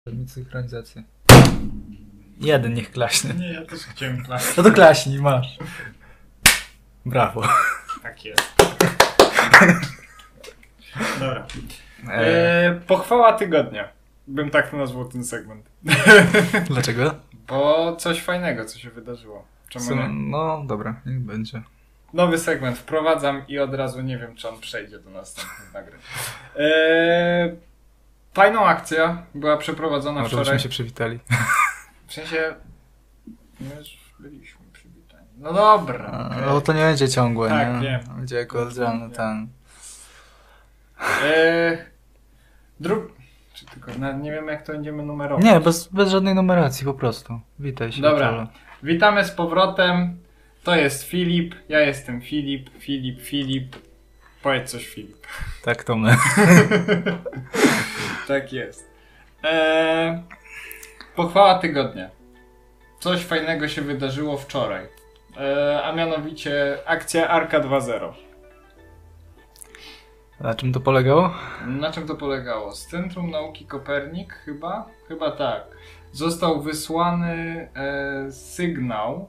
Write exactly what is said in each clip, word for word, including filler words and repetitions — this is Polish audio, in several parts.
Mieć synchronizację. Jeden niech klaśnie. Nie, ja też chciałem klaśnąć. No to klaśnij, masz. Brawo. Tak jest. Dobra. E, pochwała tygodnia. Bym tak nazwał ten segment. Dlaczego? Bo coś fajnego, co się wydarzyło. Czemu Co, nie? no dobra, niech będzie. Nowy segment wprowadzam i od razu nie wiem, czy on przejdzie do następnych nagrań. E, fajną akcja była przeprowadzona Może wczoraj. byśmy się przywitali. W sensie... My już byliśmy przywitani. No dobra. A, okej. no to nie będzie ciągłe, Tak, nie? wiem. Będzie jako oddzielny Wiem. ten. Eee, dru... Czy tylko, na, nie wiem jak to będziemy numerować. Nie, bez, bez żadnej numeracji po prostu. Witaj się. Dobra. Czolo. Witamy z powrotem. To jest Filip, ja jestem Filip, Filip, Filip. Powiedz coś Filip. Tak to my. Tak jest. Eee, pochwała tygodnia. Coś fajnego się wydarzyło wczoraj. Eee, a mianowicie akcja Arka dwa zero. Na czym to polegało? Na czym to polegało? Z Centrum Nauki Kopernik chyba? Chyba tak. Został wysłany e, sygnał.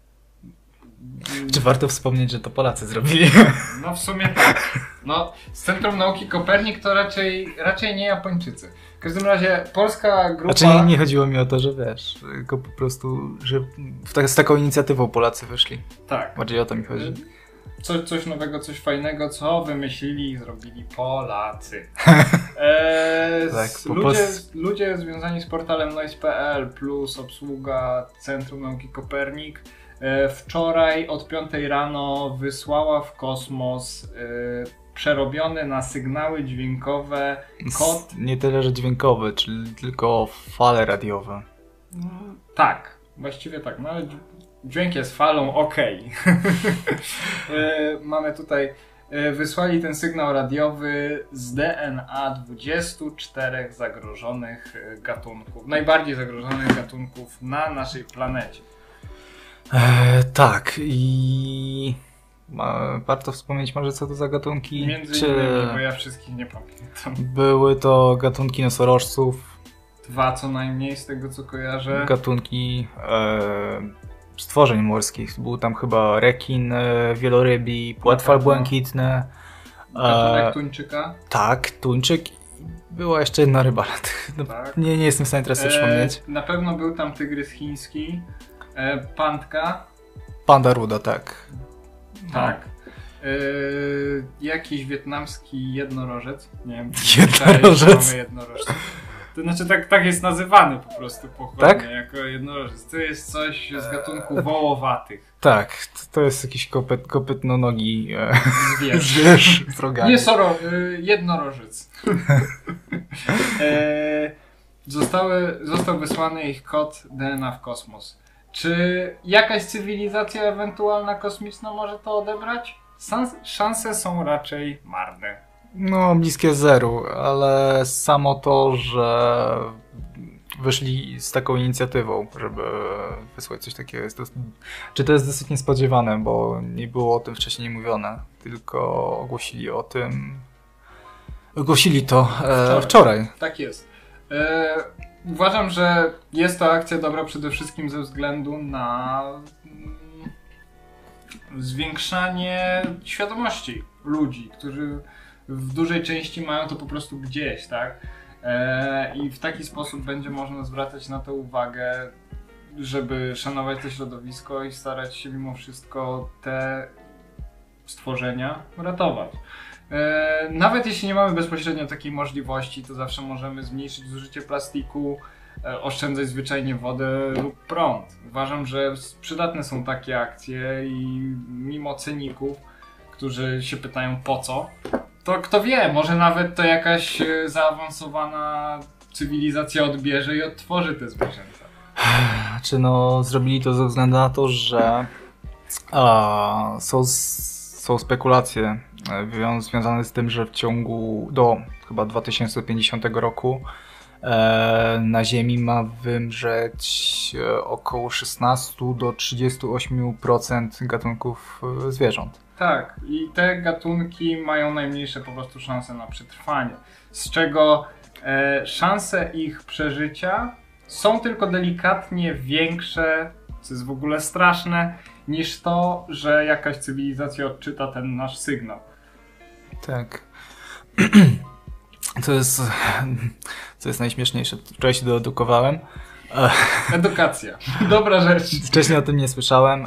Czy warto wspomnieć, że to Polacy zrobili? No w sumie tak. No, z Centrum Nauki Kopernik to raczej, raczej nie Japończycy. W każdym razie polska grupa... Znaczy nie, nie chodziło mi o to, że wiesz, tylko po prostu, że w tak, z taką inicjatywą Polacy wyszli. Tak. Bardziej o to mi chodzi. Coś, coś nowego, coś fajnego, co wymyślili i zrobili Polacy. Eee, Tak, s- po ludzie, prostu- ludzie związani z portalem noise kropka p l plus obsługa Centrum Nauki Kopernik e, wczoraj od piątej rano wysłała w kosmos e, przerobiony na sygnały dźwiękowe kod. S- Nie tyle, że dźwiękowy, czyli tylko fale radiowe. Tak, właściwie tak, no ale dźwięk jest falą, okej. E, Mamy tutaj, e, wysłali ten sygnał radiowy z D N A dwudziestu czterech zagrożonych e, gatunków, najbardziej zagrożonych gatunków na naszej planecie. E, tak, i ma, warto wspomnieć może co to za gatunki? Między Czy innymi, bo ja wszystkich nie pamiętam. były to gatunki nosorożców, Dwa co najmniej z tego co kojarzę. gatunki e, stworzeń morskich. Był tam chyba rekin, e, wielorybi, płetwal pewno. błękitny. E, Gatunek tuńczyka. tak, tuńczyk. Była jeszcze jedna ryba. No, Tak. nie, nie jestem w stanie teraz sobie przypomnieć. E, na pewno był tam tygrys chiński, e, pandka. Panda ruda, tak. Tak. Yy, jakiś wietnamski jednorożec. Nie wiem, Jednorożec? czy mamy jednorożce. To znaczy tak, tak jest nazywany po prostu pochopnie, Tak? jako jednorożec. To jest coś z gatunku wołowatych Tak, to, to jest jakiś kopyt, kopytno-nogi e, zwierz. zwierz z rogami. Nie soro, yy, jednorożec. e, zostały, został wysłany ich kod D N A w kosmos. Czy jakaś cywilizacja ewentualna kosmiczna może to odebrać? Sans- szanse są raczej marne. No, bliskie zeru, ale samo to, że wyszli z taką inicjatywą, żeby wysłać coś takiego, jest dos- czy to jest dosyć niespodziewane, bo nie było o tym wcześniej mówione, tylko ogłosili o tym, ogłosili to e, Wczoraj. wczoraj. Tak jest. E, uważam, że jest to akcja dobra przede wszystkim ze względu na mm, zwiększanie świadomości ludzi, którzy w dużej części mają to po prostu gdzieś, tak? E, I w taki sposób będzie można zwracać na to uwagę, żeby szanować to środowisko i starać się mimo wszystko te stworzenia ratować. E, nawet jeśli nie mamy bezpośrednio takiej możliwości, to zawsze możemy zmniejszyć zużycie plastiku, e, oszczędzać zwyczajnie wodę lub prąd. Uważam, że przydatne są takie akcje i mimo cyników, którzy się pytają po co, to kto wie, może nawet to jakaś e, zaawansowana cywilizacja odbierze i odtworzy te zwierzęta. Czy no, zrobili to ze względu na to, że a, są, s- są spekulacje e, wią- związane z tym, że w ciągu do chyba dwa tysiące pięćdziesiątego roku e, na Ziemi ma wymrzeć e, około szesnaście do trzydziestu ośmiu procent gatunków e, zwierząt. Tak, i te gatunki mają najmniejsze po prostu szanse na przetrwanie, z czego e, szanse ich przeżycia są tylko delikatnie większe, co jest w ogóle straszne, niż to, że jakaś cywilizacja odczyta ten nasz sygnał. Tak. To jest, co jest najśmieszniejsze. Wczoraj się doedukowałem. Edukacja. Dobra rzecz. Wcześniej o tym nie słyszałem.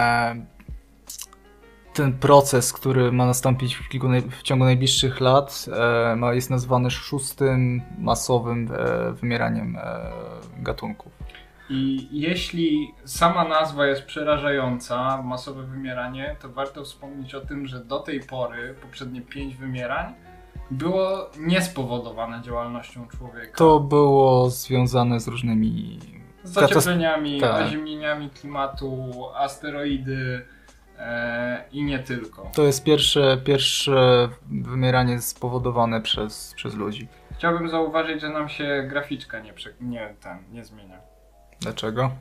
Ten proces, który ma nastąpić w, kilku, w ciągu najbliższych lat, jest nazwany szóstym masowym wymieraniem gatunków. I jeśli sama nazwa jest przerażająca, masowe wymieranie, to warto wspomnieć o tym, że do tej pory poprzednie pięć wymierań było niespowodowane działalnością człowieka. To było związane z różnymi... Z zaciepleniami, tak. oziemnieniami klimatu, asteroidy e, i nie tylko. To jest pierwsze, pierwsze wymieranie spowodowane przez, przez ludzi. Chciałbym zauważyć, że nam się graficzka nie, prze, nie, ten, nie zmienia. Dlaczego?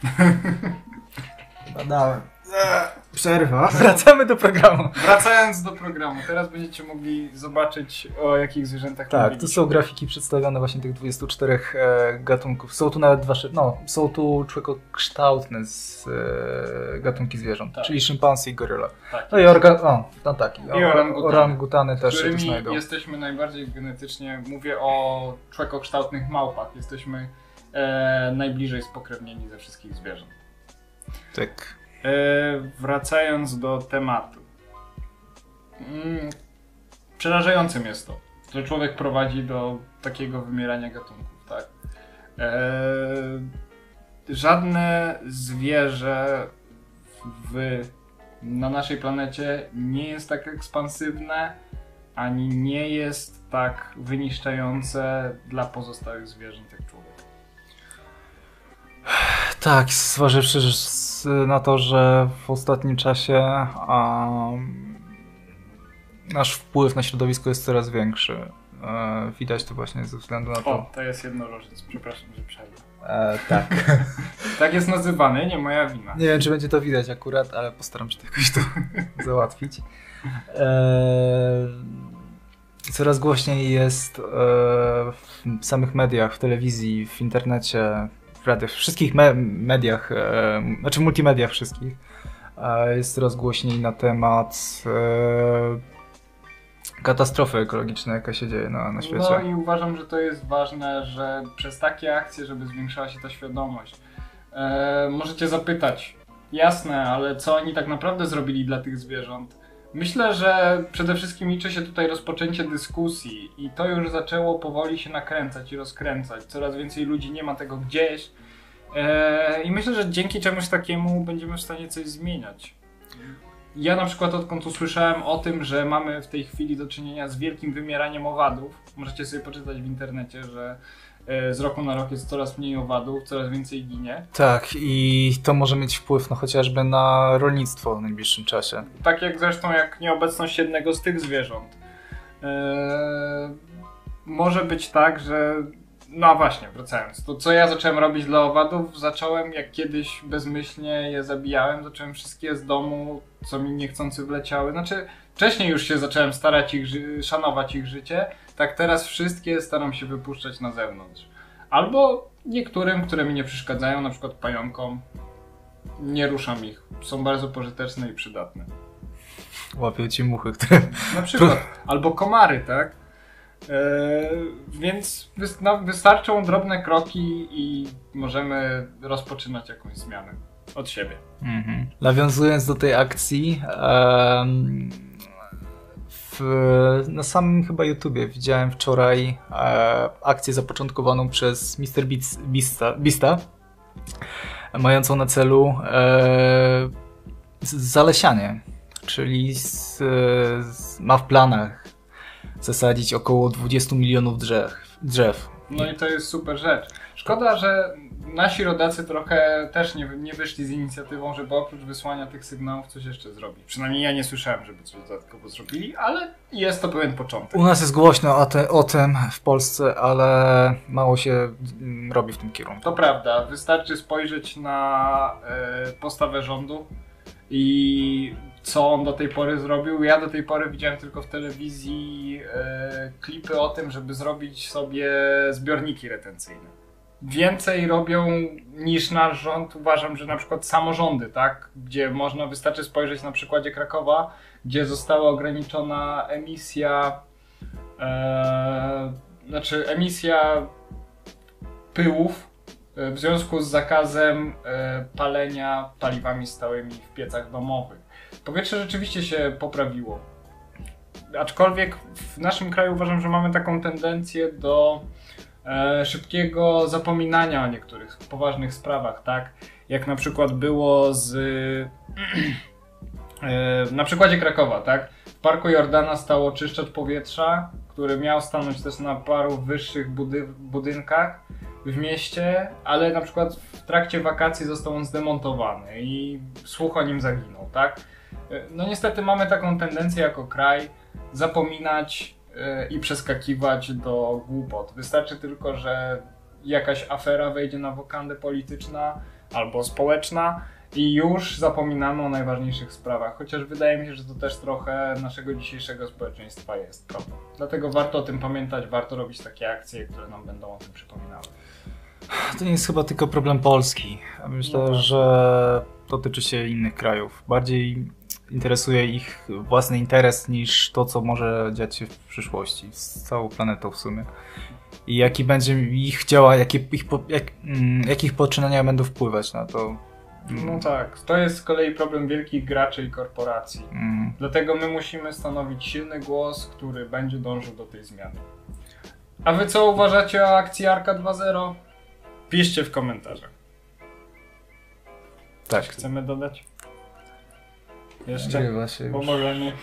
Badałem. Przerwa. Wracamy do programu. Wracając do programu, teraz będziecie mogli zobaczyć, o jakich zwierzętach Tak, mówiliśmy. tu są grafiki przedstawione właśnie tych dwudziestu czterech e, gatunków. Są tu nawet dwa, no, są tu człowiekokształtne z, e, gatunki zwierząt, tak. czyli szympansy i goryla. Tak. No i orga, o, no taki, I orangutany, orangutany też się tu którymi znajdą. jesteśmy najbardziej genetycznie, mówię o człowiekokształtnych małpach, jesteśmy e, najbliżej spokrewnieni ze wszystkich zwierząt. Tak. E, wracając do tematu. Mm, przerażającym jest to, że człowiek prowadzi do takiego wymierania gatunków, tak? E, żadne zwierzę w, na naszej planecie nie jest tak ekspansywne, ani nie jest tak wyniszczające dla pozostałych zwierząt jak człowiek. Tak, zważywszy na to, że w ostatnim czasie um, nasz wpływ na środowisko jest coraz większy. E, widać to właśnie ze względu na to... O, to jest jednorożec, przepraszam, że przerwę. E, tak. Tak jest nazywany, nie moja wina. Nie wiem, czy będzie to widać akurat, ale postaram się to jakoś to załatwić. E, coraz głośniej jest e, w samych mediach, w telewizji, w internecie, w radiach, w wszystkich me mediach, e, znaczy multimediach wszystkich, e, jest coraz głośniej na temat e, katastrofy ekologicznej, jaka się dzieje na, na świecie. No i uważam, że to jest ważne, że przez takie akcje, żeby zwiększała się ta świadomość. E, możecie zapytać, jasne, ale co oni tak naprawdę zrobili dla tych zwierząt? Myślę, że przede wszystkim liczy się tutaj rozpoczęcie dyskusji i to już zaczęło powoli się nakręcać i rozkręcać. Coraz więcej ludzi nie ma tego gdzieś e, i myślę, że dzięki czemuś takiemu będziemy w stanie coś zmieniać. Ja na przykład odkąd usłyszałem o tym, że mamy w tej chwili do czynienia z wielkim wymieraniem owadów, możecie sobie poczytać w internecie, że z roku na rok jest coraz mniej owadów, coraz więcej ginie. Tak, i to może mieć wpływ no, chociażby na rolnictwo w najbliższym czasie. Tak jak zresztą jak nieobecność jednego z tych zwierząt. Eee, może być tak, że... No właśnie, wracając. To co ja zacząłem robić dla owadów, zacząłem jak kiedyś bezmyślnie je zabijałem, zacząłem wszystkie z domu, co mi niechcący wleciały. Znaczy, wcześniej już się zacząłem starać ich, szanować ich życie, tak teraz wszystkie staram się wypuszczać na zewnątrz. Albo niektórym, które mi nie przeszkadzają, na przykład pająkom, nie ruszam ich. Są bardzo pożyteczne i przydatne. Łapią ci muchy, które... Na przykład. Albo komary, tak? Eee, więc wy, no, wystarczą drobne kroki i możemy rozpoczynać jakąś zmianę od siebie. Mhm. Nawiązując do tej akcji, um, w, na samym chyba YouTubie widziałem wczoraj e, akcję zapoczątkowaną przez mister Beasta, Beasta mającą na celu e, zalesianie, czyli z, z, ma w planach zasadzić około dwadzieścia milionów drzew, drzew. No i to jest super rzecz. Szkoda, że nasi rodacy trochę też nie, nie wyszli z inicjatywą, żeby oprócz wysłania tych sygnałów coś jeszcze zrobić. Przynajmniej ja nie słyszałem, żeby coś dodatkowo zrobili, ale jest to pewien początek. U nas jest głośno o, te, o tym w Polsce, ale mało się robi w tym kierunku. To prawda. Wystarczy spojrzeć na e, postawę rządu i co on do tej pory zrobił. Ja do tej pory widziałem tylko w telewizji e, klipy o tym, żeby zrobić sobie zbiorniki retencyjne. Więcej robią niż nasz rząd. Uważam, że na przykład samorządy, tak, gdzie można, wystarczy spojrzeć na przykładzie Krakowa, gdzie została ograniczona emisja, e, znaczy emisja pyłów w związku z zakazem e, palenia paliwami stałymi w piecach domowych. Powietrze rzeczywiście się poprawiło. Aczkolwiek w naszym kraju uważam, że mamy taką tendencję do e, szybkiego zapominania o niektórych poważnych sprawach, tak? Jak na przykład było z e, na przykładzie Krakowa, tak? W Parku Jordana stał oczyszczacz powietrza, który miał stanąć też na paru wyższych budy budynkach w mieście, ale na przykład w trakcie wakacji został on zdemontowany i słuch o nim zaginął, tak? No niestety mamy taką tendencję jako kraj zapominać yy, i przeskakiwać do głupot. Wystarczy tylko, że jakaś afera wejdzie na wokandę polityczna albo społeczna i już zapominamy o najważniejszych sprawach. Chociaż wydaje mi się, że to też trochę naszego dzisiejszego społeczeństwa jest problem. Dlatego warto o tym pamiętać, warto robić takie akcje, które nam będą o tym przypominały. To nie jest chyba tylko problem Polski. Myślę, no. że dotyczy się innych krajów. Bardziej interesuje ich własny interes niż to, co może dziać się w przyszłości z całą planetą w sumie. I jaki będzie ich działa, jakie ich, jak, jak ich poczynania będą wpływać na to. No tak, to jest z kolei problem wielkich graczy i korporacji. Mm. Dlatego my musimy stanowić silny głos, który będzie dążył do tej zmiany. A wy co uważacie o akcji Arka dwa zero? Piszcie w komentarzach. Tak. Coś chcemy dodać? Jeszcze? Się Pomożemy.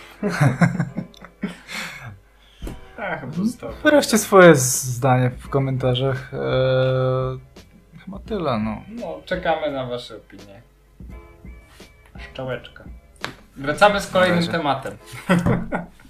Tak, chyba zostało. Wyraźcie swoje zdanie w komentarzach. Eee, chyba tyle, no. No, czekamy na wasze opinie. Szczałeczka. Wracamy z kolejnym tematem.